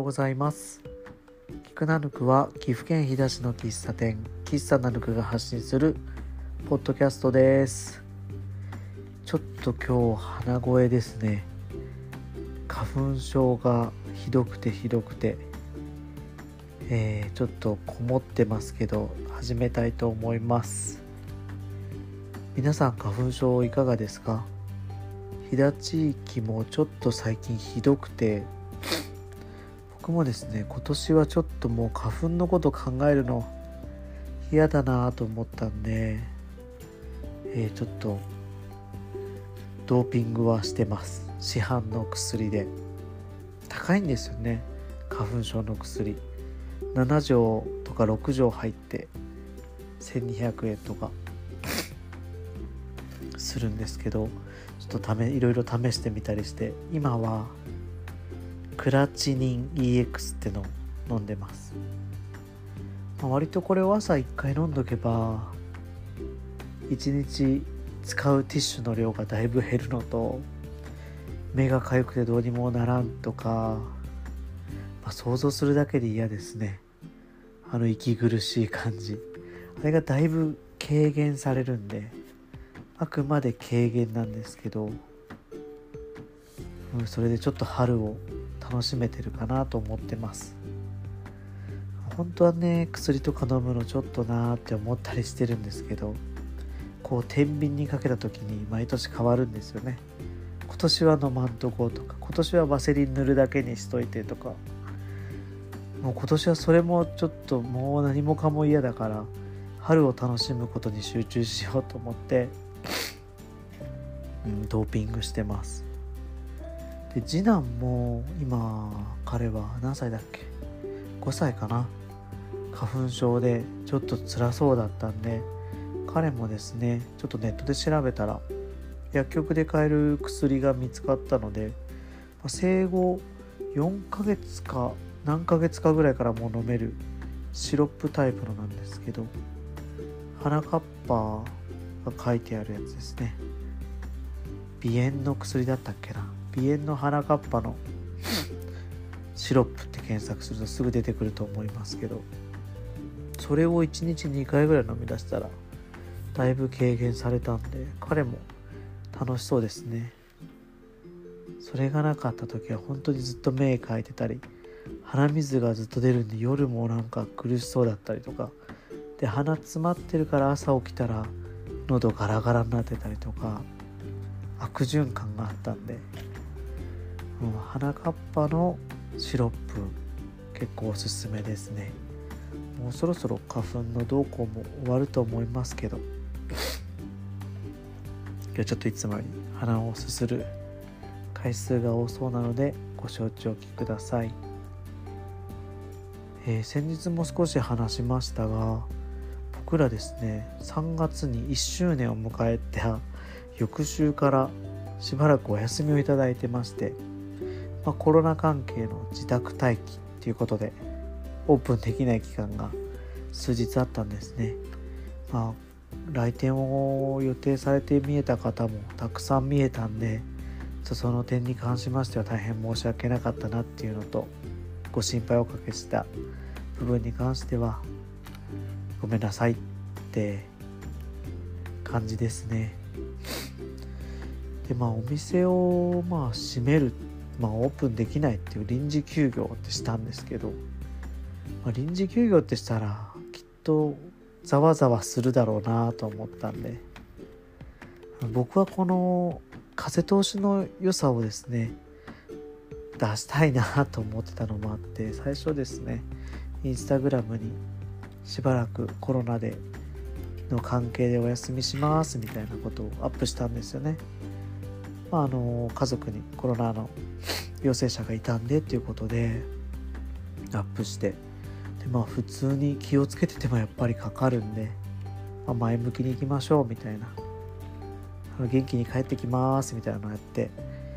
ございます。キクナヌクは岐阜県飛騨市の喫茶店喫茶ナヌクが発信するポッドキャストです。ちょっと今日鼻声ですね。花粉症がひどくてちょっとこもってますけど始めたいと思います。皆さん花粉症いかがですか？飛騨地域もちょっと最近ひどくて、僕もですね今年はちょっともう花粉のこと考えるの嫌だなと思ったんで、ちょっとドーピングはしてます。市販の薬で高いんですよね。花粉症の薬7錠とか6錠入って1200円とかするんですけど、ちょっといろいろ試してみたりして、今はクラチニン EX ってのを飲んでます。割とこれを朝1回飲んどけば1日使うティッシュの量がだいぶ減るのと、目が痒くてどうにもならんとか、想像するだけで嫌ですね。息苦しい感じ、あれがだいぶ軽減されるんで、あくまで軽減なんですけど、それでちょっと春を楽しめてるかなと思ってます。本当はね薬とか飲むのちょっとなーって思ったりしてるんですけど、こう天秤にかけた時に毎年変わるんですよね。今年は飲まんとこうとか、今年はワセリン塗るだけにしといてとか、もう今年はそれもちょっともう何もかも嫌だから春を楽しむことに集中しようと思って、ドーピングしてます。で次男も今彼は何歳だっけ、5歳かな、花粉症でちょっと辛そうだったんで、彼もですねちょっとネットで調べたら薬局で買える薬が見つかったので、生後4ヶ月か何ヶ月かぐらいからもう飲めるシロップタイプのなんですけど、鼻カッパが書いてあるやつですね。鼻炎の薬だったっけな、鼻炎の鼻カッパのシロップって検索するとすぐ出てくると思いますけど、それを1日2回ぐらい飲み出したらだいぶ軽減されたんで、彼も楽しそうですね。それがなかった時は本当にずっと目かいてたり、鼻水がずっと出るんで夜もなんか苦しそうだったりとかで、鼻詰まってるから朝起きたら喉ガラガラになってたりとか、悪循環があったんで、鼻カッパのシロップ結構おすすめですね。もうそろそろ花粉の動向も終わると思いますけど、今日ちょっといつもより鼻をすする回数が多そうなのでご承知おきください。先日も少し話しましたが、僕らですね3月に1周年を迎えた翌週からしばらくお休みをいただいてまして、コロナ関係の自宅待機ということでオープンできない期間が数日あったんですね。来店を予定されて見えた方もたくさん見えたんで、その点に関しましては大変申し訳なかったなっていうのと、ご心配をおかけした部分に関してはごめんなさいって感じですね。でお店を閉める、オープンできないっていう臨時休業ってしたんですけど、臨時休業ってしたらきっとざわざわするだろうなと思ったんで、僕はこの風通しの良さをですね出したいなと思ってたのもあって、最初ですねインスタグラムにしばらくコロナでの関係でお休みしますみたいなことをアップしたんですよね。家族にコロナの陽性者がいたんでということでアップして、で普通に気をつけててもやっぱりかかるんで、前向きに行きましょうみたいな、元気に帰ってきますみたいなのをやって、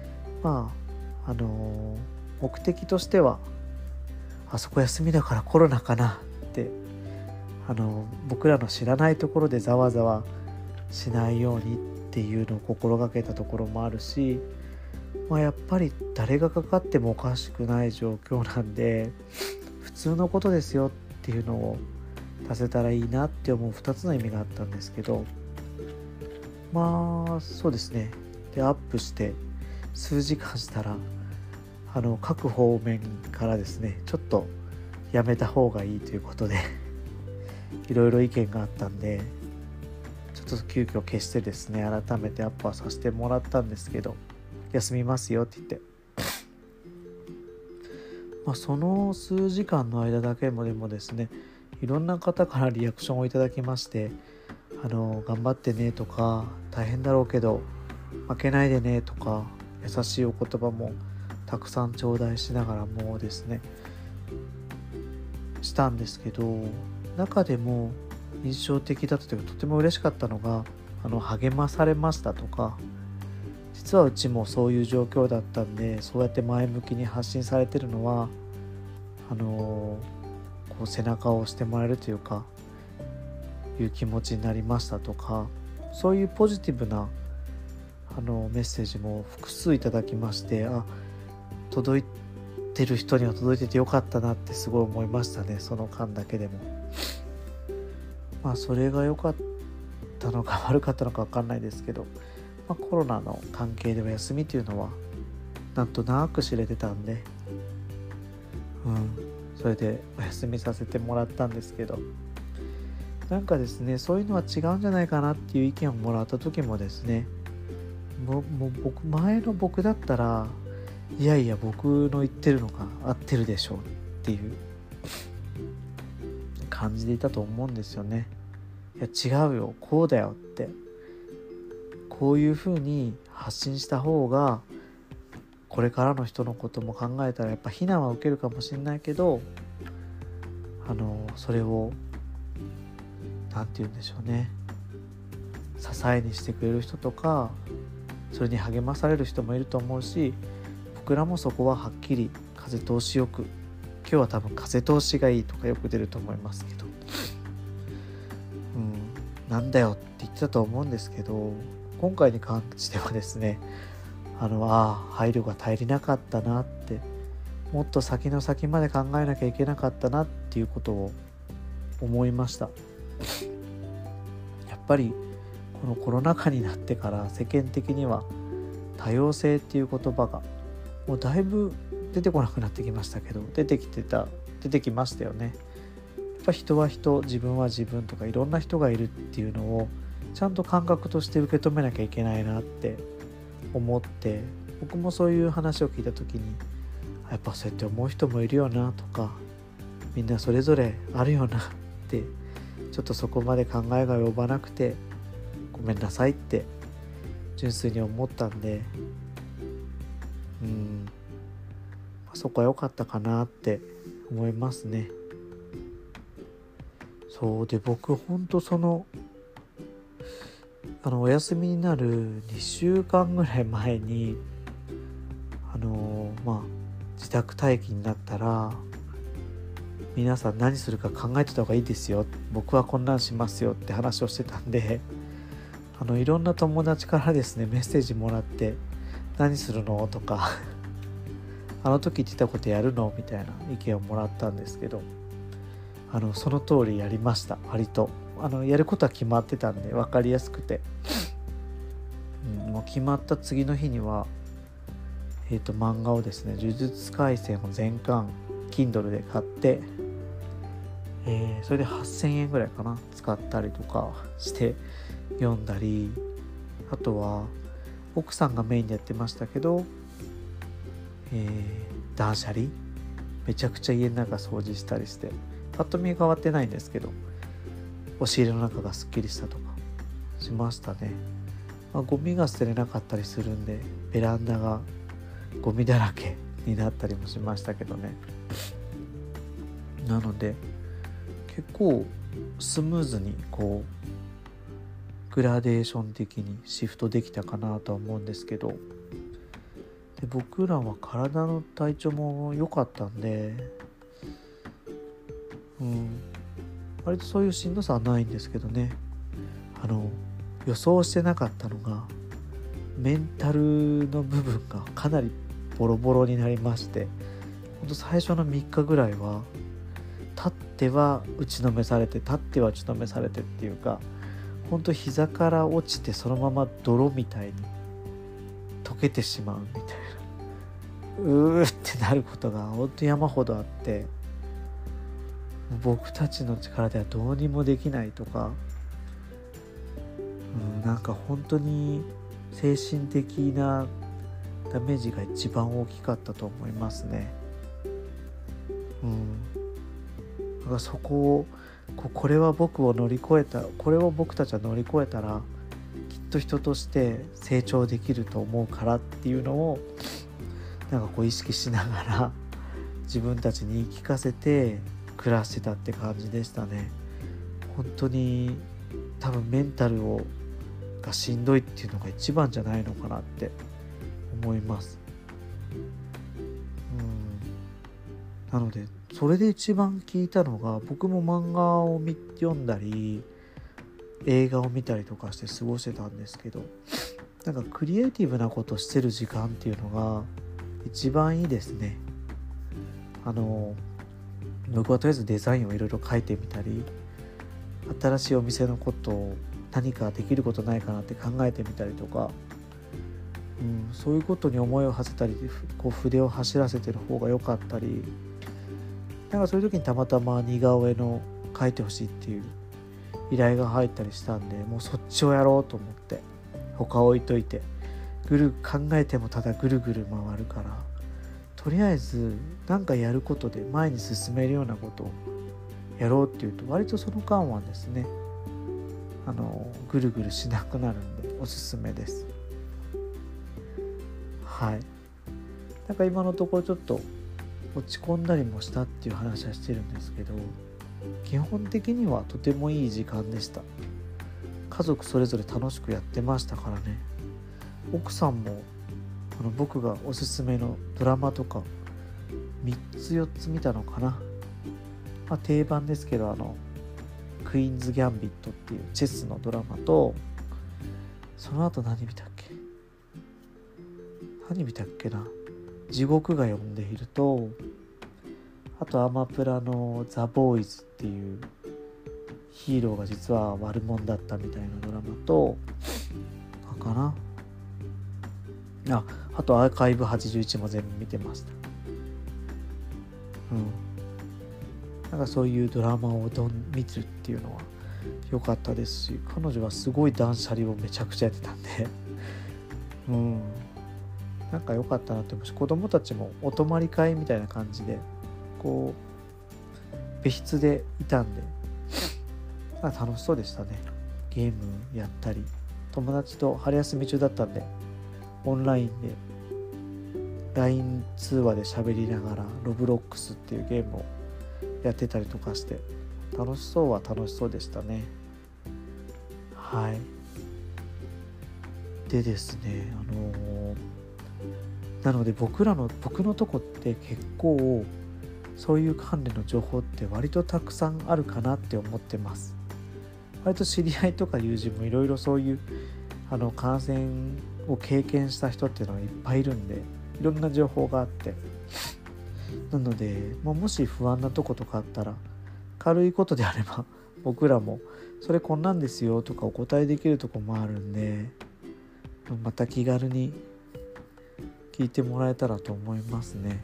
目的としてはあそこ休みだからコロナかなって僕らの知らないところでざわざわしないようにっていうのを心がけたところもあるし、 やっぱり誰がかかってもおかしくない状況なんで、普通のことですよっていうのを出せたらいいなって思う2つの意味があったんですけど、そうですね。でアップして数時間したら各方面からですね、ちょっとやめた方がいいということでいろいろ意見があったんで、ちょっと急遽消してですね、改めてアップはさせてもらったんですけど、休みますよって言って、その数時間の間だけもでもですね、いろんな方からリアクションをいただきまして、頑張ってねとか、大変だろうけど負けないでねとか、優しいお言葉もたくさん頂戴しながらもですねしたんですけど、中でも印象的だったというか、とても嬉しかったのが、励まされましたとか、実はうちもそういう状況だったんで、そうやって前向きに発信されてるのはこう背中を押してもらえるというか、いう気持ちになりましたとか、そういうポジティブなメッセージも複数いただきまして、届いてる人には届いててよかったなってすごい思いましたね。その間だけでもそれが良かったのか悪かったのか分かんないですけど、コロナの関係では休みというのはなんとなく知れてたんで、それでお休みさせてもらったんですけど、なんかですね、そういうのは違うんじゃないかなっていう意見をもらった時もですね、もう前の僕だったら、いやいや僕の言ってるのが合ってるでしょうっていう感じでいたと思うんですよね。いや違うよ、こうだよって、こういう風に発信した方がこれからの人のことも考えたら、やっぱ非難は受けるかもしれないけど、それをなんて言うんでしょうね、支えにしてくれる人とか、それに励まされる人もいると思うし、僕らもそこははっきり風通しよく、今日は多分風通しがいいとかよく出ると思いますけど、なんだよって言ってたと思うんですけど、今回に関してはですね、配慮が足りなかったなって、もっと先の先まで考えなきゃいけなかったなっていうことを思いました。やっぱりこのコロナ禍になってから世間的には多様性っていう言葉がもうだいぶ出てこなくなってきましたけど、出てきましたよね。やっぱ人は人、自分は自分とか、いろんな人がいるっていうのをちゃんと感覚として受け止めなきゃいけないなって思って、僕もそういう話を聞いた時に、やっぱそうやって思う人もいるよなとか、みんなそれぞれあるよなって、ちょっとそこまで考えが及ばなくてごめんなさいって純粋に思ったんで、そこは良かったかなって思いますね。そうで、僕ほんとお休みになる2週間ぐらい前に自宅待機になったら、皆さん何するか考えてた方がいいですよ、僕はこんなんしますよって話をしてたんで、いろんな友達からですねメッセージもらって、何するのとかあの時言ってたことやるのみたいな意見をもらったんですけど、その通りやりました。割とやることは決まってたんで分かりやすくて、もう決まった次の日には漫画をですね、呪術廻戦を全巻 Kindle で買って、それで8000円ぐらいかな使ったりとかして読んだり、あとは奥さんがメインでやってましたけど、断捨離めちゃくちゃ家の中掃除したりして、パッと見変わってないんですけど押し入れの中がすっきりしたとかしましたね。ゴミが捨てれなかったりするんで、ベランダがゴミだらけになったりもしましたけどね。なので結構スムーズにグラデーション的にシフトできたかなとは思うんですけど、で僕らは体の体調も良かったんで、割とそういうしんどさはないんですけどね。予想してなかったのがメンタルの部分がかなりボロボロになりまして、ほんと最初の3日ぐらいは立っては打ちのめされて立っては打ちのめされてっていうか、ほんと膝から落ちてそのまま泥みたいに溶けてしまうみたいな、うーってなることがほんと山ほどあって、僕たちの力ではどうにもできないとか、なんか本当に精神的なダメージが一番大きかったと思いますね。だからそこをこれは僕を乗り越えた、これを僕たちは乗り越えたらきっと人として成長できると思うからっていうのをなんかこう意識しながら自分たちに言い聞かせて暮らしてたって感じでしたね。本当に多分メンタルがしんどいっていうのが一番じゃないのかなって思います。なのでそれで一番聞いたのが、僕も漫画を読んだり映画を見たりとかして過ごしてたんですけど、なんかクリエイティブなことしてる時間っていうのが一番いいですね。僕はとりあえずデザインをいろいろ描いてみたり、新しいお店のことを何かできることないかなって考えてみたりとか、そういうことに思いを馳せたり、こう筆を走らせてる方が良かったり、なんかそういう時にたまたま似顔絵の描いてほしいっていう依頼が入ったりしたんで、もうそっちをやろうと思って他置いといて、考えてもただぐるぐる回るから、とりあえず何かやることで前に進めるようなことをやろうっていうと、割とその間はですねぐるぐるしなくなるんでおすすめです。なんか今のところちょっと落ち込んだりもしたっていう話はしてるんですけど、基本的にはとてもいい時間でした。家族それぞれ楽しくやってましたからね。奥さんも僕がおすすめのドラマとか3つ4つ見たのかな。定番ですけどクイーンズ・ギャンビットっていうチェスのドラマと、その後何見たっけな、地獄が呼んでいると、あとアマプラのザ・ボーイズっていうヒーローが実は悪者だったみたいなドラマとあとアーカイブ81も全部見てました。なんかそういうドラマを見てるっていうのは良かったですし、彼女はすごい断捨離をめちゃくちゃやってたんでなんか良かったなって思うし、子供たちもお泊まり会みたいな感じでこう別室でいたんで楽しそうでしたね。ゲームやったり、友達と春休み中だったんでオンラインで LINE 通話で喋りながらロブロックスっていうゲームをやってたりとかして、楽しそうでしたね。でですねなので僕のとこって結構そういう関連の情報って割とたくさんあるかなって思ってます。割と知り合いとか友人もいろいろそういう感染を経験した人っていうのがいっぱいいるんで、いろんな情報があって、なので、もし不安なとことかあったら軽いことであれば僕らもそれこんなんですよとかお答えできるとこもあるんで、また気軽に聞いてもらえたらと思いますね。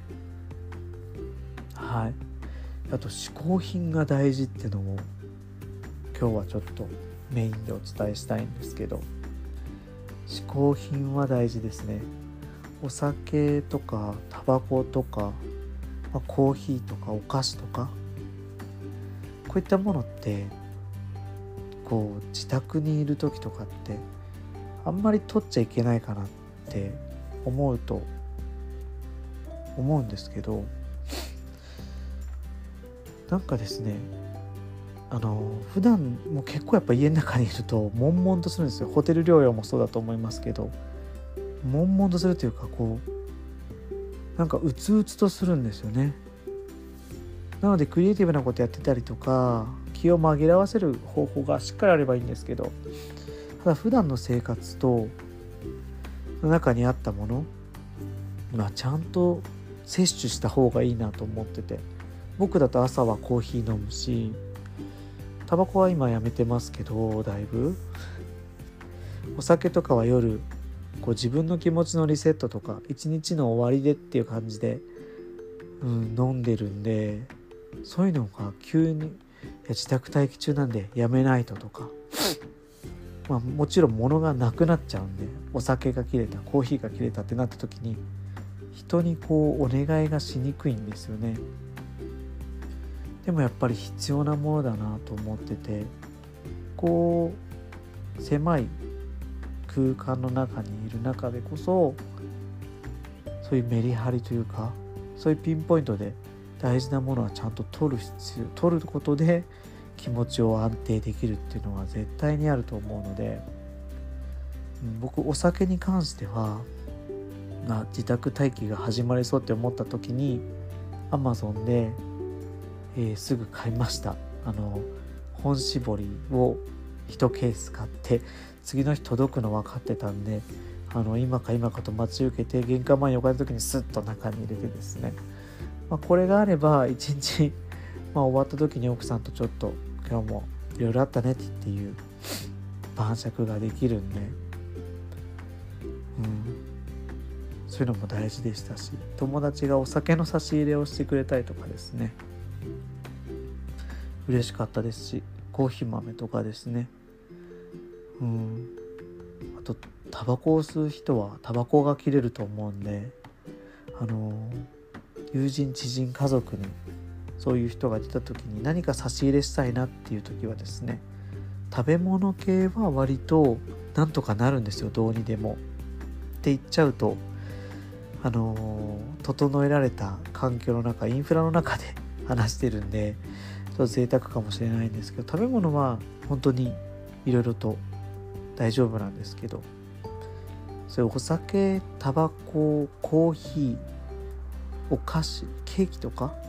あと嗜好品が大事ってのを今日はちょっとメインでお伝えしたいんですけど、嗜好品は大事ですね。お酒とかタバコとか、コーヒーとかお菓子とか、こういったものってこう自宅にいる時とかってあんまり取っちゃいけないかなって思うんですけど、なんかですね普段も結構やっぱ家の中にいると悶々とするんですよ。ホテル療養もそうだと思いますけど、悶々とするというかなんかうつうつとするんですよね。なのでクリエイティブなことやってたりとか気を紛らわせる方法がしっかりあればいいんですけど、ただ普段の生活との中にあったもの、ちゃんと摂取した方がいいなと思ってて、僕だと朝はコーヒー飲むし、タバコは今やめてますけど、だいぶお酒とかは夜自分の気持ちのリセットとか一日の終わりでっていう感じで、飲んでるんで、そういうのが急に自宅待機中なんでやめないととか、もちろん物がなくなっちゃうんで、お酒が切れた、コーヒーが切れたってなった時に人にお願いがしにくいんですよね。でもやっぱり必要なものだなと思ってて、狭い空間の中にいる中でこそ、そういうメリハリというか、そういうピンポイントで大事なものはちゃんと取ることで気持ちを安定できるっていうのは絶対にあると思うので、僕お酒に関しては、自宅待機が始まりそうって思った時に Amazon で、すぐ買いました。本搾りを1ケース買って、次の日届くの分かってたんで、今かと待ち受けて玄関前に置かれた時にスッと中に入れてですね、これがあれば一日、終わった時に奥さんとちょっと今日もいろいろあったねっていう晩酌ができるんで、そういうのも大事でしたし、友達がお酒の差し入れをしてくれたりとかですね、嬉しかったですし、コーヒー豆とかですね、あとタバコを吸う人はタバコが切れると思うんで、友人知人家族にそういう人が出た時に何か差し入れしたいなっていう時はですね、食べ物系は割となんとかなるんですよ、どうにでもって言っちゃうと整えられた環境の中、インフラの中で話してるんでちょっと贅沢かもしれないんですけど、食べ物は本当にいろいろと大丈夫なんですけど、そういうお酒、タバコ、コーヒー、お菓子、ケーキとか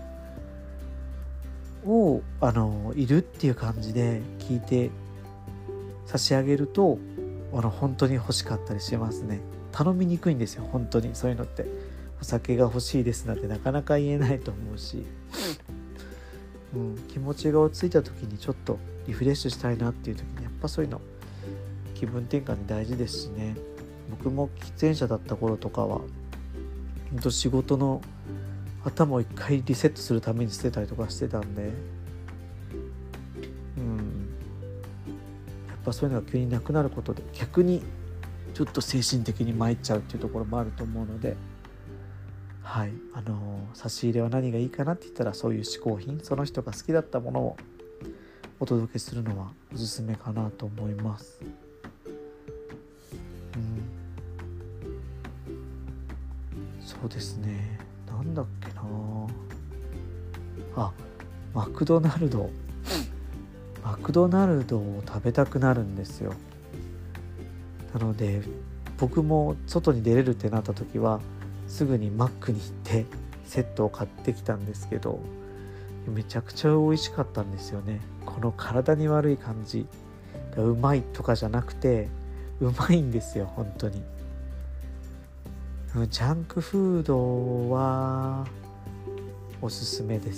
をいるっていう感じで聞いて差し上げると本当に欲しかったりしますね。頼みにくいんですよ、本当に。そういうのってお酒が欲しいですなんてなかなか言えないと思うし、気持ちが落ち着いた時にちょっとリフレッシュしたいなっていう時にやっぱそういうの気分転換に大事ですしね。僕も喫煙者だった頃とかは本当仕事の頭を一回リセットするために捨てたりとかしてたんで、やっぱそういうのが急になくなることで逆にちょっと精神的に参っちゃうっていうところもあると思うので、差し入れは何がいいかなって言ったら、そういう嗜好品、その人が好きだったものをお届けするのはおすすめかなと思います。そうですね、なんだっけなマクドナルドを食べたくなるんですよ。なので僕も外に出れるってなった時はすぐにマックに行ってセットを買ってきたんですけど、めちゃくちゃ美味しかったんですよね。この体に悪い感じがうまいとかじゃなくてうまいんですよ、本当に。ジャンクフードはおすすめです。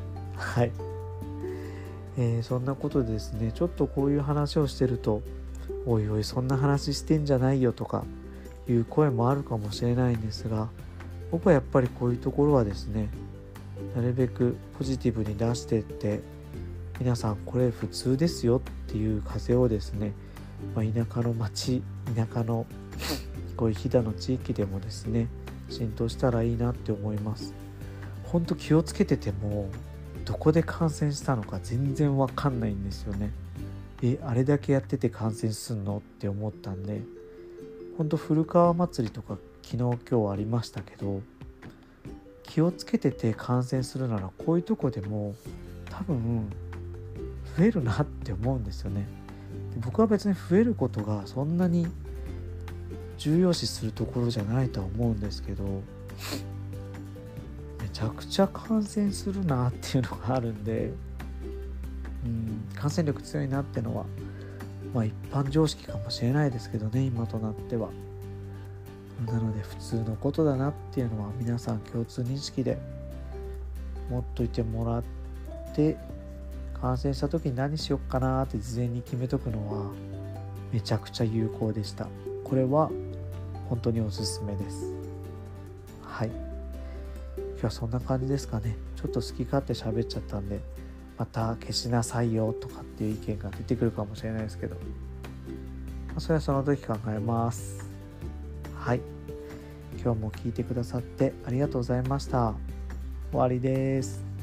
そんなことでですね、ちょっとこういう話をしてると、おいおいそんな話してんじゃないよとかいう声もあるかもしれないんですが、僕はやっぱりこういうところはですね、なるべくポジティブに出していって、皆さんこれ普通ですよっていう風をですね、田舎の町、田舎のこういう飛騨の地域でもですね浸透したらいいなって思います。本当気をつけててもどこで感染したのか全然わかんないんですよね。あれだけやってて感染すんのって思ったんで、本当古川祭りとか昨日今日ありましたけど、気をつけてて感染するならこういうとこでも多分増えるなって思うんですよね。僕は別に増えることがそんなに重要視するところじゃないとは思うんですけど、めちゃくちゃ感染するなっていうのがあるんで、感染力強いなってのは一般常識かもしれないですけどね、今となっては。 なので普通のことだなっていうのは皆さん共通認識で持っといてもらって、感染した時に何しよっかなって事前に決めとくのはめちゃくちゃ有効でした。これは本当におすすめです。はい、今日はそんな感じですかね。ちょっと好き勝手喋っちゃったんで、また消しなさいよとかっていう意見が出てくるかもしれないですけど、それはその時考えます。はい、今日も聞いてくださってありがとうございました。終わりです。